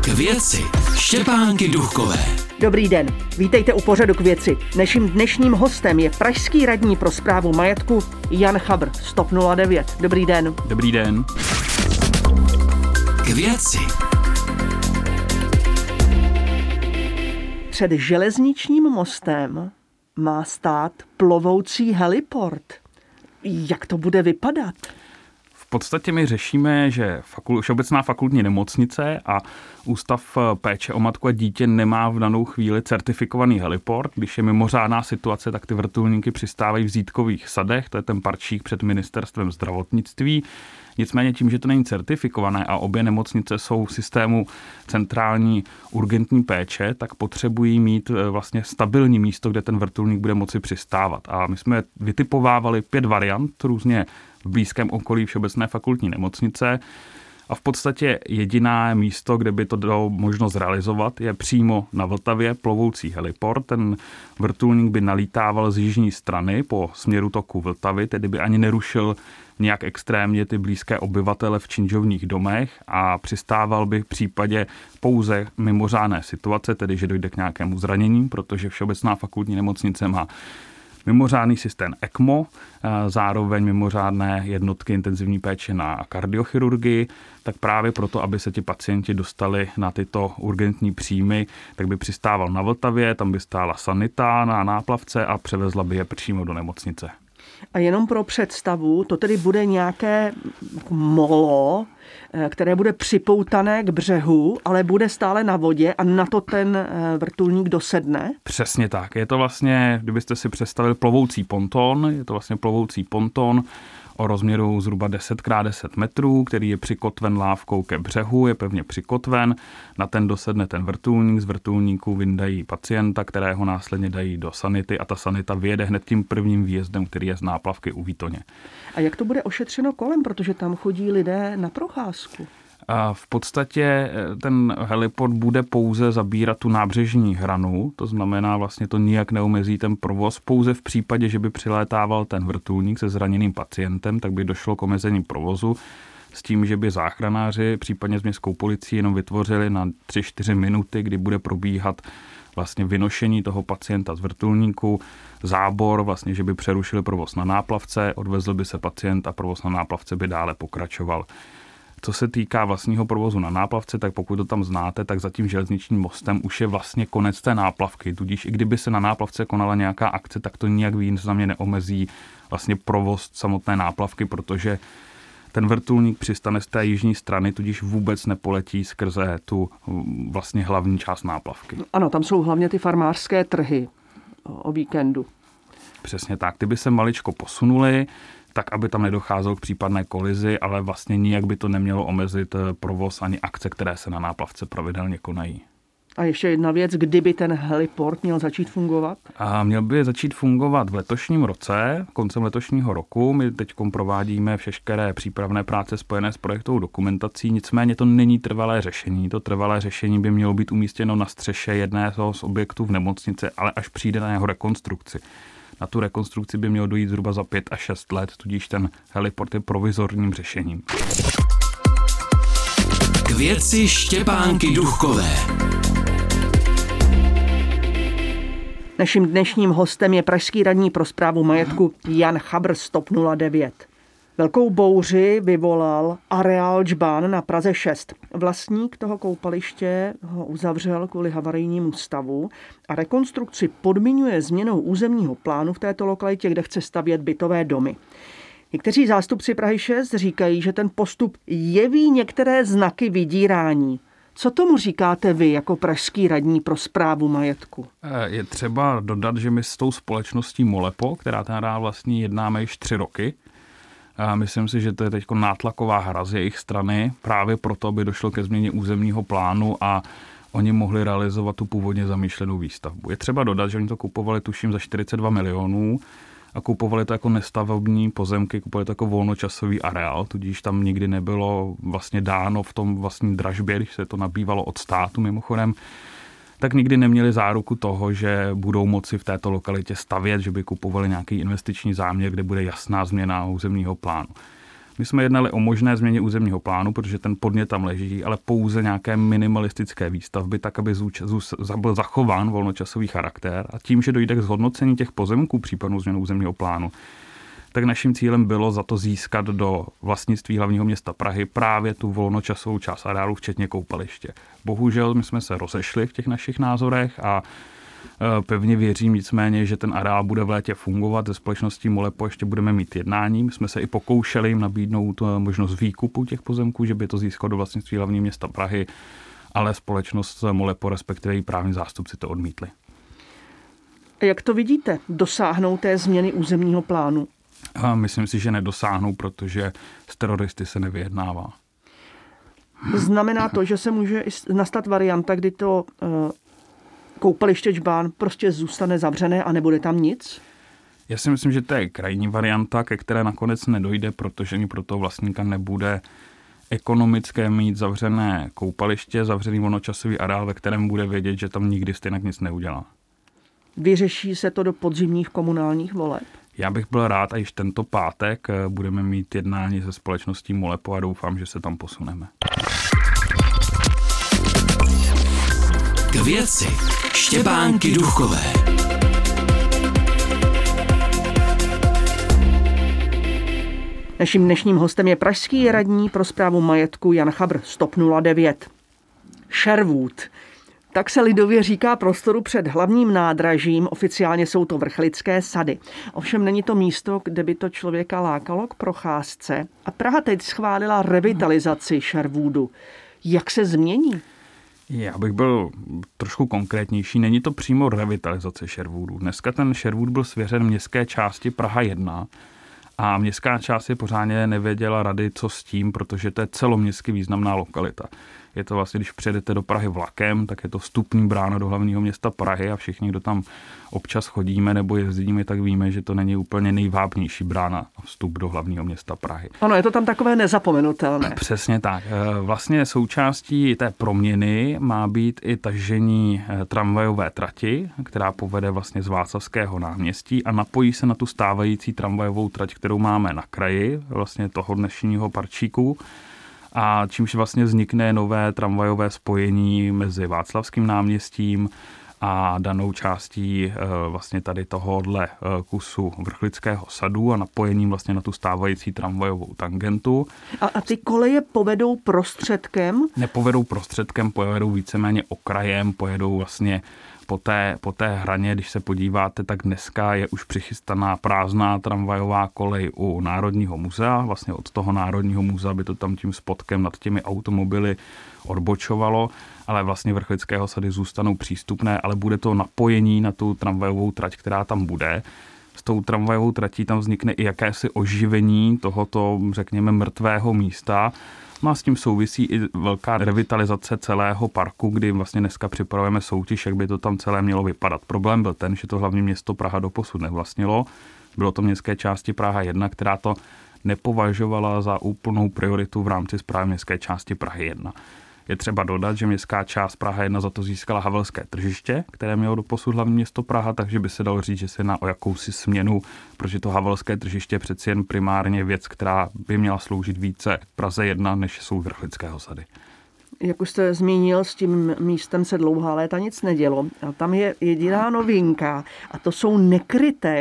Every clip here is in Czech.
K věci Štěpánky Duchkové. Dobrý den, vítejte u pořadu K věci. Naším dnešním hostem je pražský radní pro správu majetku Jan Chabr z TOP 09. Dobrý den. Dobrý den. K věci. Před železničním mostem má stát plovoucí heliport. Jak to bude vypadat? V podstatě my řešíme, že Všeobecná fakultní nemocnice a Ústav péče o matku a dítě nemá v danou chvíli certifikovaný heliport. Když je mimořádná situace, tak ty vrtulníky přistávají v Zítkových sadech, to je ten parčík před ministerstvem zdravotnictví. Nicméně tím, že to není certifikované a obě nemocnice jsou v systému centrální urgentní péče, tak potřebují mít vlastně stabilní místo, kde ten vrtulník bude moci přistávat. A my jsme vytipovávali 5 variant různě v blízkém okolí Všeobecné fakultní nemocnice. A v podstatě jediné místo, kde by to dalo možnost zrealizovat, je přímo na Vltavě plovoucí heliport. Ten vrtulník by nalítával z jižní strany po směru toku Vltavy, tedy by ani nerušil nějak extrémně ty blízké obyvatele v činžovních domech a přistával by v případě pouze mimořádné situace, tedy že dojde k nějakému zranění, protože Všeobecná fakultní nemocnice má mimořádný systém ECMO, zároveň mimořádné jednotky intenzivní péče na kardiochirurgii, tak právě proto, aby se ti pacienti dostali na tyto urgentní příjmy, tak by přistával na Vltavě, tam by stála sanita na náplavce a převezla by je přímo do nemocnice. A jenom pro představu, to tedy bude nějaké molo, které bude připoutané k břehu, ale bude stále na vodě a na to ten vrtulník dosedne? Přesně tak. Je to vlastně, kdybyste si představili plovoucí ponton, je to vlastně plovoucí ponton o rozměru zhruba 10x10 metrů, který je přikotven lávkou ke břehu, je pevně přikotven, na ten dosedne ten vrtulník, z vrtulníku vyndají pacienta, kterého následně dají do sanity a ta sanita vyjede hned tím prvním výjezdem, který je z náplavky u Výtoně. A jak to bude ošetřeno kolem, protože tam chodí lidé na procházku? A v podstatě ten heliport bude pouze zabírat tu nábřežní hranu, to znamená vlastně to nijak neomezí ten provoz, pouze v případě, že by přilétával ten vrtulník se zraněným pacientem, tak by došlo k omezení provozu s tím, že by záchranáři, případně s městskou policií jenom vytvořili na 3-4 minuty, kdy bude probíhat vlastně vynošení toho pacienta z vrtulníku, zábor, vlastně, že by přerušili provoz na náplavce, odvezl by se pacient a provoz na náplavce by dále pokračoval. Co se týká vlastního provozu na náplavce, tak pokud to tam znáte, tak za tím železničním mostem už je vlastně konec té náplavky. Tudíž i kdyby se na náplavce konala nějaká akce, tak to nijak významně neomezí vlastně provoz samotné náplavky, protože ten vrtulník přistane z té jižní strany, tudíž vůbec nepoletí skrze tu vlastně hlavní část náplavky. Ano, tam jsou hlavně ty farmářské trhy o víkendu. Přesně tak, ty by se maličko posunuly, tak aby tam nedocházelo k případné kolizi, ale vlastně nijak by to nemělo omezit provoz ani akce, které se na náplavce pravidelně konají. A ještě jedna věc, kdyby ten heliport měl začít fungovat? A měl by začít fungovat v letošním roce, koncem letošního roku. My teď provádíme všechny přípravné práce spojené s projektovou dokumentací, nicméně to není trvalé řešení. To trvalé řešení by mělo být umístěno na střeše jedného z objektů v nemocnici, ale až přijde na jeho rekonstrukci. Na tu rekonstrukci by mělo dojít zhruba za 5 až 6 let, tudíž ten heliport je provizorním řešením. K věci Štěpánky Duchkové. Naším dnešním hostem je pražský radní pro správu majetku Jan Chabr z TOP 09. Velkou bouři vyvolal areál Džbán na Praze 6. Vlastník toho koupaliště ho uzavřel kvůli havarijnímu stavu a rekonstrukci podmiňuje změnou územního plánu v této lokalitě, kde chce stavět bytové domy. Někteří zástupci Prahy 6 říkají, že ten postup jeví některé znaky vydírání. Co tomu říkáte vy jako pražský radní pro správu majetku? Je třeba dodat, že my s tou společností Molepo, která ten areál vlastní, jednáme již 3 roky. A myslím si, že to je teď nátlaková hra z jejich strany, právě proto, aby došlo ke změně územního plánu a oni mohli realizovat tu původně zamýšlenou výstavbu. Je třeba dodat, že oni to kupovali tuším za 42 milionů a kupovali to jako nestavební pozemky, kupovali to jako volnočasový areál, tudíž tam nikdy nebylo vlastně dáno v tom vlastní dražbě, když se to nabývalo od státu mimochodem, tak nikdy neměli záruku toho, že budou moci v této lokalitě stavět, že by kupovali nějaký investiční záměr, kde bude jasná změna územního plánu. My jsme jednali o možné změně územního plánu, protože ten podnět tam leží, ale pouze nějaké minimalistické výstavby, tak aby byl zachován volnočasový charakter. A tím, že dojde k zhodnocení těch pozemků případnou změnu územního plánu, tak naším cílem bylo za to získat do vlastnictví hlavního města Prahy právě tu volnočasovou část areálu, včetně koupaliště. Bohužel my jsme se rozešli v těch našich názorech a pevně věřím nicméně, že ten areál bude v létě fungovat. Ze společností Molepo ještě budeme mít jednání. My jsme se i pokoušeli jim nabídnout možnost výkupu těch pozemků, že by to získalo do vlastnictví hlavního města Prahy, ale společnost Molepo, respektive její právní zástupci, to odmítli. Jak to vidíte? Dosáhnou té změny územního plánu? Myslím si, že nedosáhnou, protože s teroristy se nevyjednává. Znamená to, že se může nastat varianta, kdy to koupaliště Džbán prostě zůstane zavřené a nebude tam nic? Já si myslím, že to je krajní varianta, ke které nakonec nedojde, protože ani pro toho vlastníka nebude ekonomické mít zavřené koupaliště, zavřený volnočasový areál, ve kterém bude vědět, že tam nikdy stejně nic neudělá. Vyřeší se to do podzimních komunálních voleb? Já bych byl rád, a již tento pátek budeme mít jednání se společností Molepo a doufám, že se tam posuneme. K věci Štěpánky Duchkové. Naším dnešním hostem je pražský radní pro správu majetku Jan Chabr z TOP 09. Sherwood. Tak se lidově říká prostoru před hlavním nádražím, oficiálně jsou to Vrchlické sady. Ovšem není to místo, kde by to člověka lákalo k procházce. A Praha teď schválila revitalizaci Sherwoodu. Jak se změní? Já bych byl trošku konkrétnější. Není to přímo revitalizace Sherwoodu. Dneska ten Sherwood byl svěřen městské části Praha 1 a městská část je pořádně nevěděla rady, co s tím, protože to je celoměstsky významná lokalita. Je to vlastně, když přijedete do Prahy vlakem, tak je to vstupní brána do hlavního města Prahy a všichni, kdo tam občas chodíme nebo jezdíme, tak víme, že to není úplně nejvábnější brána vstup do hlavního města Prahy. Ano, je to tam takové nezapomenutelné. Přesně tak. Vlastně součástí té proměny má být i tažení tramvajové trati, která povede vlastně z Václavského náměstí a napojí se na tu stávající tramvajovou trať, kterou máme na kraji vlastně toho dnešního parčíku. A čímž vlastně vznikne nové tramvajové spojení mezi Václavským náměstím a danou částí vlastně tady tohohle kusu Vrchlického sadu a napojením vlastně na tu stávající tramvajovou tangentu. A ty koleje povedou prostředkem? Nepovedou prostředkem, povedou víceméně okrajem, pojedou vlastně po té hraně, když se podíváte, tak dneska je už přichystaná prázdná tramvajová kolej u Národního muzea. Vlastně od toho Národního muzea by to tam tím spodkem nad těmi automobily odbočovalo, ale vlastně Vrchlického sady zůstanou přístupné, ale bude to napojení na tu tramvajovou trať, která tam bude. S tou tramvajovou tratí tam vznikne i jakési oživení tohoto, řekněme, mrtvého místa. No a s tím souvisí i velká revitalizace celého parku, kdy vlastně dneska připravujeme soutěž, jak by to tam celé mělo vypadat. Problém byl ten, že to hlavní město Praha doposud nevlastnilo. Bylo to městské části Praha 1, která to nepovažovala za úplnou prioritu v rámci správy městské části Prahy 1. Je třeba dodat, že městská část Praha 1 za to získala Havelské tržiště, které mělo doposud hlavní město Praha, takže by se dalo říct, že se jedná o jakousi směnu, protože to Havelské tržiště je přeci jen primárně věc, která by měla sloužit více Praze 1, než jsou Vrchlického sady. Jak už jste zmínil, s tím místem se dlouhá léta nic nedělo. A tam je jediná novinka a to jsou nekryté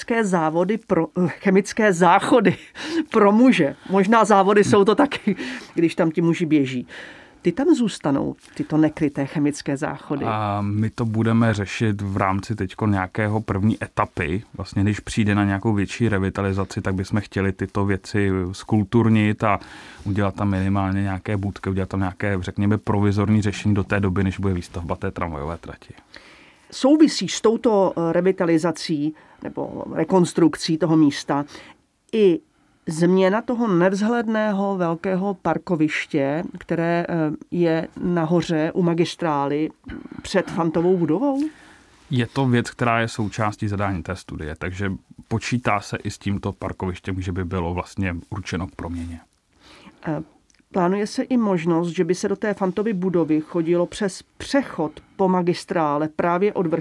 chemické záchody pro muže. Možná závody jsou to taky, když tam ti muži běží. Ty tam zůstanou, tyto nekryté chemické záchody? A my to budeme řešit v rámci teďko nějakého první etapy. Vlastně když přijde na nějakou větší revitalizaci, tak bychom chtěli tyto věci zkulturnit a udělat tam minimálně nějaké budky, udělat tam nějaké, řekněme, provizorní řešení do té doby, než bude výstavba té tramvajové trati. Souvisí s touto revitalizací nebo rekonstrukcí toho místa i změna toho nevzhledného velkého parkoviště, které je nahoře u magistrály před Fantovou budovou? Je to věc, která je součástí zadání té studie, takže počítá se i s tímto parkovištěm, že by bylo vlastně určeno k proměně. Plánuje se i možnost, že by se do té Fantovy budovy chodilo přes přechod po magistrále právě od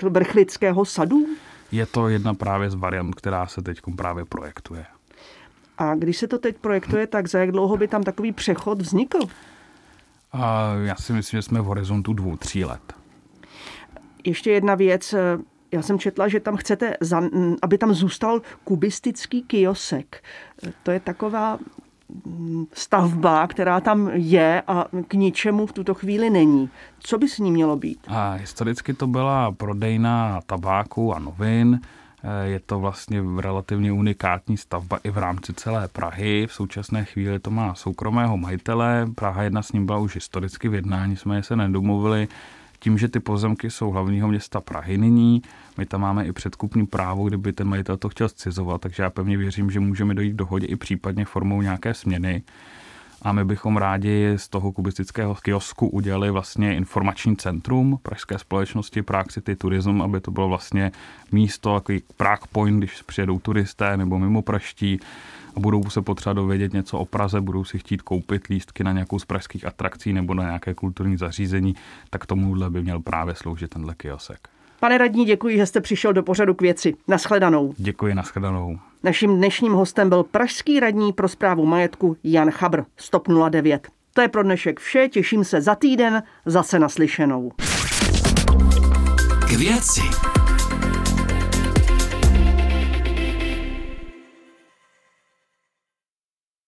Vrchlického sadu? Je to jedna právě z variant, která se teď právě projektuje. A když se to teď projektuje, tak za jak dlouho by tam takový přechod vznikl? Já si myslím, že jsme v horizontu 2-3 let. Ještě jedna věc. Já jsem četla, že tam chcete, aby tam zůstal kubistický kiosek. To je taková stavba, která tam je a k ničemu v tuto chvíli není. Co by s ní mělo být? Historicky to byla prodejna tabáku a novin. Je to vlastně relativně unikátní stavba i v rámci celé Prahy. V současné chvíli to má soukromého majitele. Praha 1 s ním byla už historicky v jednání, jsme se nedomluvili. Tím, že ty pozemky jsou hlavního města Prahy nyní, my tam máme i předkupní právo, kdyby ten majitel to chtěl scizovat, takže já pevně věřím, že můžeme dojít k dohodě i případně formou nějaké směny. A my bychom rádi z toho kubistického kiosku udělali vlastně informační centrum pražské společnosti Prague City Tourism, aby to bylo vlastně místo, takový Prague Point, když přijedou turisté nebo mimo praští a budou se potřeba dovědět něco o Praze, budou si chtít koupit lístky na nějakou z pražských atrakcí nebo na nějaké kulturní zařízení, tak tomuhle by měl právě sloužit tenhle kiosek. Pane radní, děkuji, že jste přišel do pořadu K věci. Nashledanou. Děkuji, nashledanou. Naším dnešním hostem byl pražský radní pro správu majetku Jan Chabr z TOP 09. To je pro dnešek vše, těším se za týden zase naslyšenou. K věci.